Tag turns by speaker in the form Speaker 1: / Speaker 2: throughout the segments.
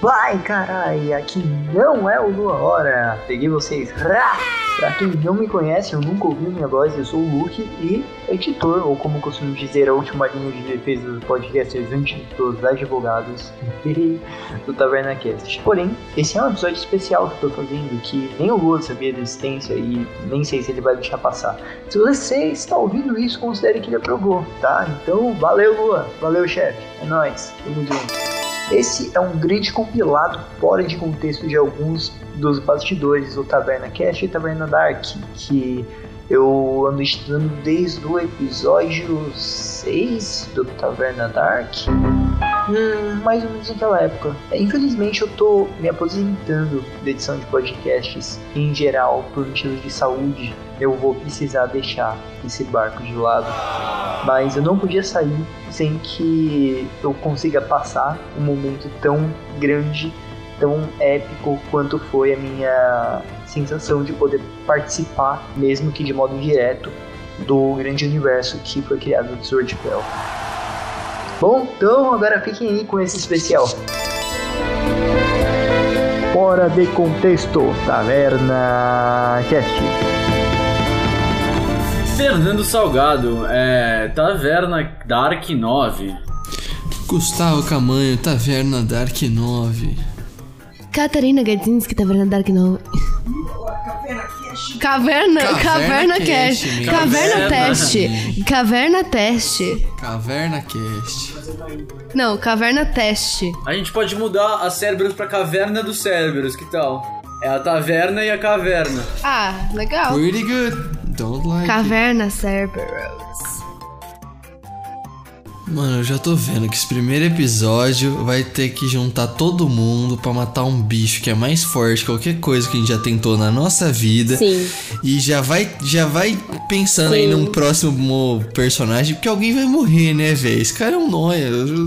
Speaker 1: Vai, carai, aqui não é o Lua Hora. Peguei vocês. Pra quem não me conhece, eu nunca ouvi minha voz, eu sou o Luke e editor, ou como costumo dizer, a última linha de defesa dos podcasters antes dos advogados do Taverna Cast. Porém, esse é um episódio especial que eu tô fazendo, que nem o Lua sabia da existência e nem sei se ele vai deixar passar. Se você está ouvindo isso, considere que ele aprovou, tá? Então, valeu, Lua, valeu, chefe, é nóis, tamo junto. Esse é um grande compilado fora de contexto de alguns dos bastidores do Taverna Cast e Taverna Dark, que eu ando estudando desde o episódio 6 do Taverna Dark, mais ou menos naquela época. Infelizmente eu tô me aposentando da edição de podcasts em geral por motivos de saúde. Eu vou precisar deixar esse barco de lado, mas eu não podia sair sem que eu consiga passar um momento tão grande, tão épico quanto foi a minha sensação de poder participar, mesmo que de modo direto, do grande universo que foi criado do Swordfell. Bom, então agora fiquem aí com esse especial. Fora de contexto, Taverna Cast.
Speaker 2: Fernando Salgado, Taverna Dark 9.
Speaker 3: Gustavo Camanho, Taverna Dark 9.
Speaker 4: Catarina Gadzinski, Taverna Dark 9. Caverna Cast. Caverna Teste. Caverna Teste.
Speaker 3: Caverna Cast.
Speaker 4: Não, Caverna Teste.
Speaker 2: A gente pode mudar a Cérebros pra Caverna dos Cérebros, que tal? É a taverna e a caverna.
Speaker 4: Ah, legal.
Speaker 3: Pretty good. Don't like
Speaker 4: Caverna Cerberus.
Speaker 3: Mano, eu já tô vendo que esse primeiro episódio vai ter que juntar todo mundo pra matar um bicho que é mais forte que qualquer coisa que a gente já tentou na nossa vida.
Speaker 4: Sim.
Speaker 3: E já vai pensando aí num próximo personagem, porque alguém vai morrer, né, velho? Esse cara é um nóia.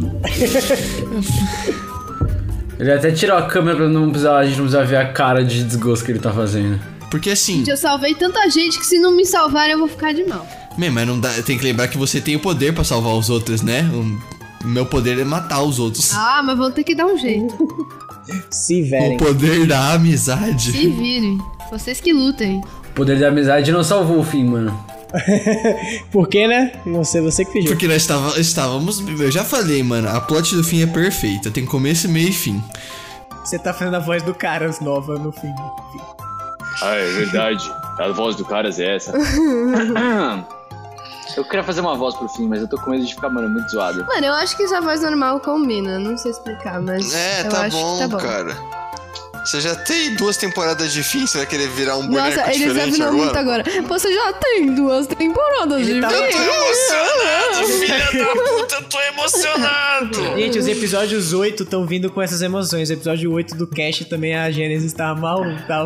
Speaker 2: Ele até tirou a câmera pra a gente não precisar ver a cara de desgosto que ele tá fazendo.
Speaker 3: Porque assim...
Speaker 4: Eu salvei tanta gente que se não me salvarem eu vou ficar de mal.
Speaker 3: Mas não dá, tem que lembrar que você tem o poder pra salvar os outros, né? O meu poder é matar os outros.
Speaker 4: Ah, mas vão ter que dar um jeito.
Speaker 5: Se verem.
Speaker 3: O poder da amizade.
Speaker 4: Se virem. Vocês que lutem.
Speaker 2: O poder da amizade não salvou o fim, mano.
Speaker 5: Por quê, né? Você que pediu.
Speaker 3: Porque nós estávamos... Eu já falei, mano, a plot do fim é perfeita. Tem começo, meio e fim.
Speaker 5: Você tá fazendo a voz do Caras nova no fim.
Speaker 6: Ah, é verdade. A voz do Caras é essa. Eu queria fazer uma voz pro fim, mas eu tô com medo de ficar, mano, muito zoado.
Speaker 4: Mano, eu acho que essa voz normal combina. Não sei explicar, mas eu
Speaker 3: tá
Speaker 4: acho
Speaker 3: bom,
Speaker 4: que tá bom,
Speaker 3: cara. Você já tem 2 temporadas de fim, você vai querer virar um boneco
Speaker 4: Nossa, eles
Speaker 3: diferente
Speaker 4: afinam muito agora. Você já tem 2 temporadas de fim.
Speaker 3: Eu tô emocionado, filha da puta, eu tô emocionado.
Speaker 5: Gente, os episódios 8 estão vindo com essas emoções. O episódio 8 do Cast também a Gênesis tava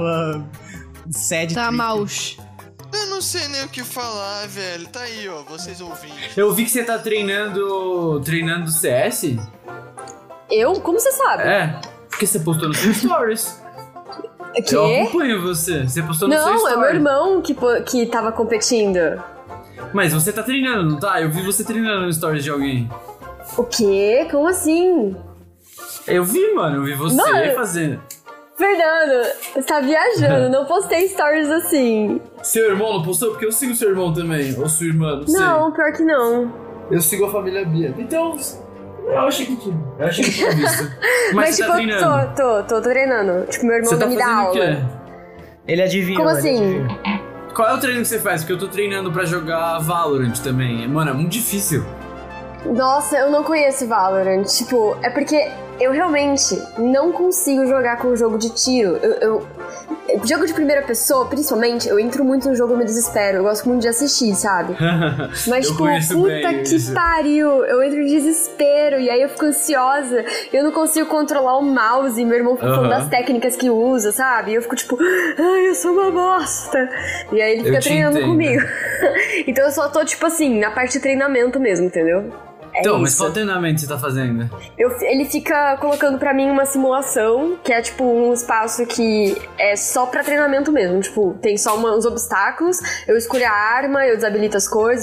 Speaker 5: sad.
Speaker 4: Tá maus.
Speaker 3: Eu não sei nem o que falar, velho. Tá aí, ó, vocês ouvindo.
Speaker 2: Eu vi que você tá treinando CS.
Speaker 7: Eu? Como você sabe?
Speaker 2: É, porque você postou no seu stories.
Speaker 7: Quê?
Speaker 2: Eu acompanho você. Você postou no seu stories.
Speaker 7: Não, é meu irmão que tava competindo.
Speaker 2: Mas você tá treinando, não tá? Eu vi você treinando no stories de alguém.
Speaker 7: O quê? Como assim?
Speaker 2: Eu vi, mano. Eu vi você fazendo.
Speaker 7: Fernando, você tá viajando. Não postei stories assim.
Speaker 2: Seu irmão não postou? Porque eu sigo seu irmão também. Ou sua irmã, não sei.
Speaker 7: Não, pior que não.
Speaker 2: Eu sigo a família Bia. Então, eu achei que tinha visto.
Speaker 7: Mas
Speaker 2: você
Speaker 7: tipo,
Speaker 2: tá treinando?
Speaker 7: tô treinando. Tipo, meu irmão
Speaker 2: Você tá
Speaker 7: me dá
Speaker 2: fazendo o
Speaker 7: aula.
Speaker 2: quê?
Speaker 5: Ele adivinha.
Speaker 7: Como assim?
Speaker 2: Qual é o treino que você faz? Porque eu tô treinando pra jogar Valorant também. Mano, é muito difícil.
Speaker 7: Nossa, eu não conheço Valorant. Tipo, é porque eu realmente não consigo jogar com jogo de tiro. Jogo de primeira pessoa, principalmente, eu entro muito no jogo e me desespero. Eu gosto muito de assistir, sabe? Mas, tipo, puta que pariu. Eu entro em desespero e aí eu fico ansiosa. Eu não consigo controlar o mouse. Meu irmão fica falando das técnicas que usa, sabe? E eu fico tipo, ai, eu sou uma bosta. E aí ele fica treinando comigo. Então eu só tô, tipo assim, na parte de treinamento mesmo, entendeu?
Speaker 2: Então, mas qual treinamento você tá fazendo?
Speaker 7: Ele fica colocando pra mim uma simulação, que é tipo um espaço que é só pra treinamento mesmo. Tipo, tem só uns obstáculos, eu escolho a arma, eu desabilito as coisas,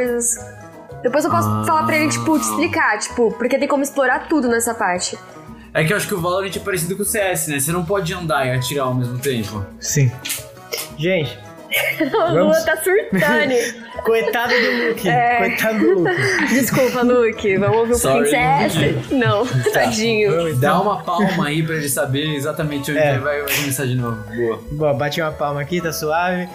Speaker 7: Depois eu posso falar pra ele, tipo, te explicar, tipo, porque tem como explorar tudo nessa parte.
Speaker 2: É que eu acho que o Valorant é parecido com o CS, né? Você não pode andar e atirar ao mesmo tempo.
Speaker 5: Sim. Gente,
Speaker 7: A Lua tá surtando.
Speaker 5: coitado do Luke. Coitado do Luke.
Speaker 7: Desculpa, Luke. Vamos ouvir um pouquinho de CS? Não, tadinho.
Speaker 2: Dá uma palma aí pra ele saber exatamente onde ele vai começar de novo. Boa.
Speaker 5: Boa, bati uma palma aqui, tá suave.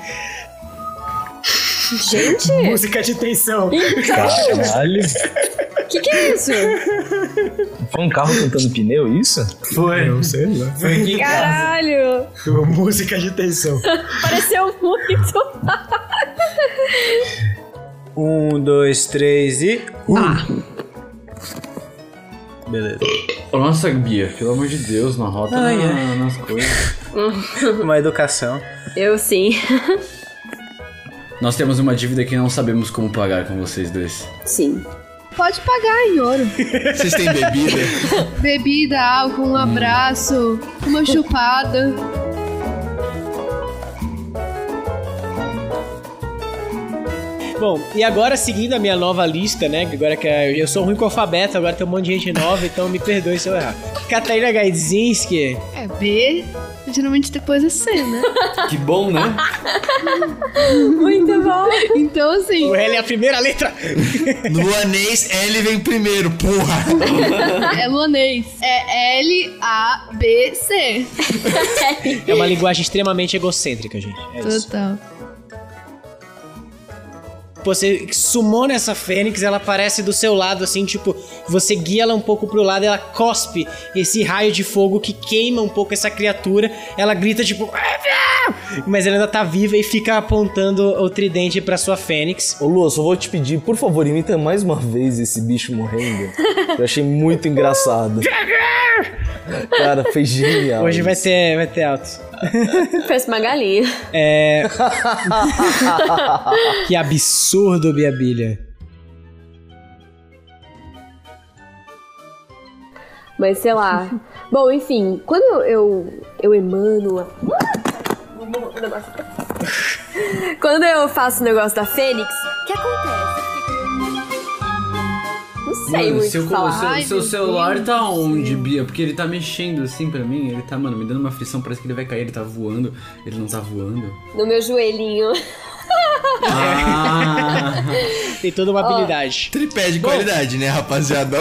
Speaker 7: Gente,
Speaker 5: Música de tensão.
Speaker 8: Caralho.
Speaker 7: que é isso?
Speaker 8: Foi um carro cantando pneu, isso?
Speaker 2: Foi.
Speaker 5: Não sei lá.
Speaker 2: Foi aqui em casa.
Speaker 7: Caralho.
Speaker 5: Música de tensão.
Speaker 7: Pareceu muito.
Speaker 5: 1, 2, 3 e... Beleza.
Speaker 2: Nossa, Bia, pelo amor de Deus, não rota nas coisas.
Speaker 5: Uma educação.
Speaker 7: Eu sim.
Speaker 2: Nós temos uma dívida que não sabemos como pagar com vocês dois.
Speaker 7: Sim.
Speaker 4: Pode pagar em ouro.
Speaker 3: Vocês têm bebida?
Speaker 4: Bebida, álcool, um abraço, uma chupada.
Speaker 5: Bom, e agora seguindo a minha nova lista, né? Agora que eu sou ruim com o alfabeto, agora tem um monte de gente nova, então me perdoe se eu errar. Katarina Gaidzinski.
Speaker 4: É B, geralmente depois é C, né?
Speaker 2: Que bom, né?
Speaker 7: Muito bom.
Speaker 4: Então, assim,
Speaker 5: O L é a primeira letra.
Speaker 3: No luanês, L vem primeiro, porra.
Speaker 4: é luanês. É L-A-B-C.
Speaker 5: É uma linguagem extremamente egocêntrica, gente. É isso.
Speaker 4: Total.
Speaker 5: Você sumou nessa fênix, ela aparece do seu lado, assim, tipo, você guia ela um pouco pro lado, ela cospe esse raio de fogo que queima um pouco essa criatura, ela grita, tipo... Mas ela ainda tá viva e fica apontando o tridente pra sua fênix.
Speaker 8: Ô Lu, eu só vou te pedir, por favor, imita mais uma vez esse bicho morrendo. Eu achei muito engraçado. Cara, foi genial.
Speaker 5: Hoje vai ter alto.
Speaker 7: Parece uma galinha.
Speaker 5: Que absurdo, Biabilha.
Speaker 7: Mas sei lá. Bom, enfim, quando eu emano quando eu faço o negócio da Fênix, o que acontece? Não sei muito
Speaker 2: seu
Speaker 7: falar.
Speaker 2: seu celular tá onde, Bia? Porque ele tá mexendo assim pra mim, ele tá, mano, me dando uma aflição, parece que ele vai cair, ele tá voando, ele não tá voando.
Speaker 7: No meu joelhinho.
Speaker 2: Ah!
Speaker 5: Tem toda uma habilidade.
Speaker 3: Tripé de qualidade, né, rapaziada?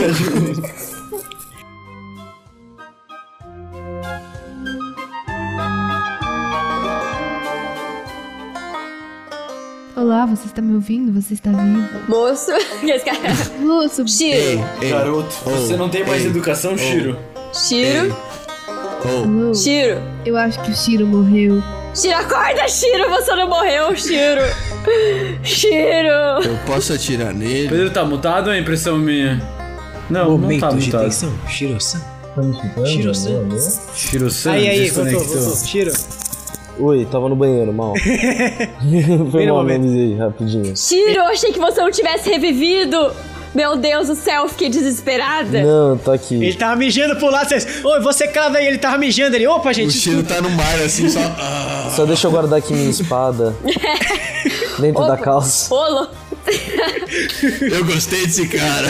Speaker 4: Olá, você está me ouvindo? Você está vivo?
Speaker 7: Moço.
Speaker 4: Moço,
Speaker 7: Shiro.
Speaker 2: Garoto, você não tem mais educação, Shiro?
Speaker 7: Shiro.
Speaker 4: alô?
Speaker 7: Shiro.
Speaker 4: Eu acho que o Shiro morreu.
Speaker 7: Shiro, acorda, Shiro. Você não morreu, Shiro. Shiro.
Speaker 3: Eu posso atirar nele?
Speaker 2: Pedro tá mutado ou é impressão minha? Não, não tá
Speaker 5: de
Speaker 2: mutado.
Speaker 5: tensão. Shiro-san.
Speaker 8: Shiro-san.
Speaker 2: Shiro-san,
Speaker 5: Aí, voltou.
Speaker 2: desconectou.
Speaker 5: Shiro.
Speaker 8: Oi, tava no banheiro, mal. Foi mal, me avisei, rapidinho.
Speaker 7: Shiro, eu achei que você não tivesse revivido. Meu Deus do céu, fiquei desesperada.
Speaker 8: Não, tô aqui.
Speaker 5: Ele tava mijando pro lado, vocês... Oi, você crava aí, ele tava mijando. Ele, opa, gente,
Speaker 3: O Shiro tá no mar, assim, só...
Speaker 8: Só deixa eu guardar aqui minha espada. Dentro da calça.
Speaker 7: Rolo.
Speaker 3: Eu gostei desse cara.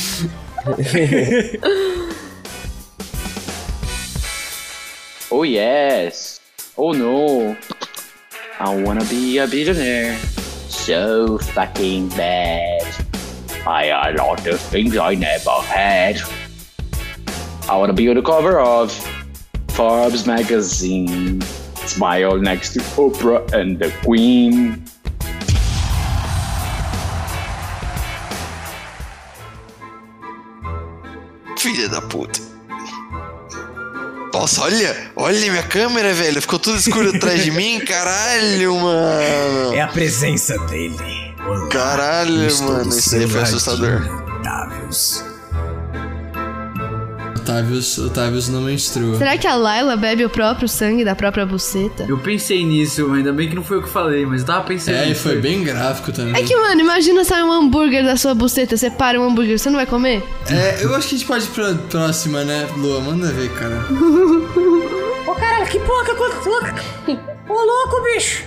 Speaker 6: Oh yes. Oh no. I wanna be a billionaire. So fucking bad. I had a lot of things I never had. I wanna be on the cover of Forbes magazine. Smile next to Oprah and the Queen.
Speaker 3: Filha da puta. Nossa, olha minha câmera, velho. Ficou tudo escuro atrás de mim. Caralho, mano.
Speaker 5: É a presença dele. Olá,
Speaker 3: Caralho,
Speaker 5: estou
Speaker 3: mano.
Speaker 5: do
Speaker 3: Isso aí
Speaker 5: seu
Speaker 3: foi
Speaker 5: ladinho,
Speaker 3: assustador. Otávios não menstrua.
Speaker 4: Será que a Layla bebe o próprio sangue da própria buceta?
Speaker 2: Eu pensei nisso, ainda bem que não foi eu que falei, mas eu tava pensando
Speaker 3: É, e
Speaker 2: nisso.
Speaker 3: foi bem gráfico também.
Speaker 4: É que, mano, imagina sair um hambúrguer da sua buceta, você para um hambúrguer, você não vai comer?
Speaker 3: É, eu acho que a gente pode ir pra próxima, né, Lua? Manda ver, cara.
Speaker 5: Ô, caralho, que porra que aconteceu? Ô, louco, bicho.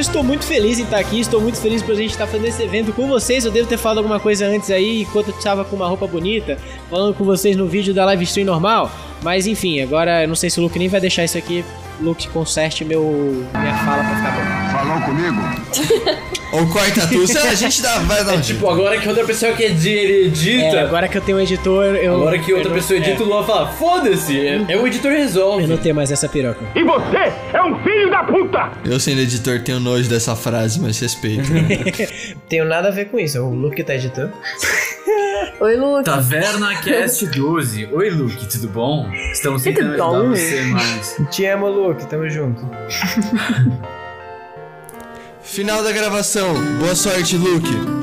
Speaker 5: estou muito feliz em estar aqui, estou muito feliz por a gente estar fazendo esse evento com vocês. Eu devo ter falado alguma coisa antes aí, enquanto eu estava com uma roupa bonita, falando com vocês no vídeo da live stream normal. Mas enfim, agora eu não sei se o Luke nem vai deixar isso aqui. Luke, conserte minha fala pra ficar bom.
Speaker 9: Falou comigo?
Speaker 3: Ou corta tudo. A gente vai dar um
Speaker 2: Tipo, agora que outra pessoa que ele edita.
Speaker 5: Agora que eu tenho um editor,
Speaker 2: Agora que outra pessoa edita, o Luan fala: foda-se, o editor resolve.
Speaker 5: Eu não tenho mais essa piroca.
Speaker 9: E você é um filho da puta!
Speaker 3: Eu, sendo editor, tenho nojo dessa frase, mas respeito.
Speaker 5: Tenho nada a ver com isso, é o Luke que tá editando.
Speaker 7: Oi, Luke.
Speaker 2: Taverna Cast 12. Oi, Luke, tudo bom? Estamos tentando ajudar você mais.
Speaker 5: Te amo, Luke, tamo junto.
Speaker 3: Final da gravação. Boa sorte, Luke.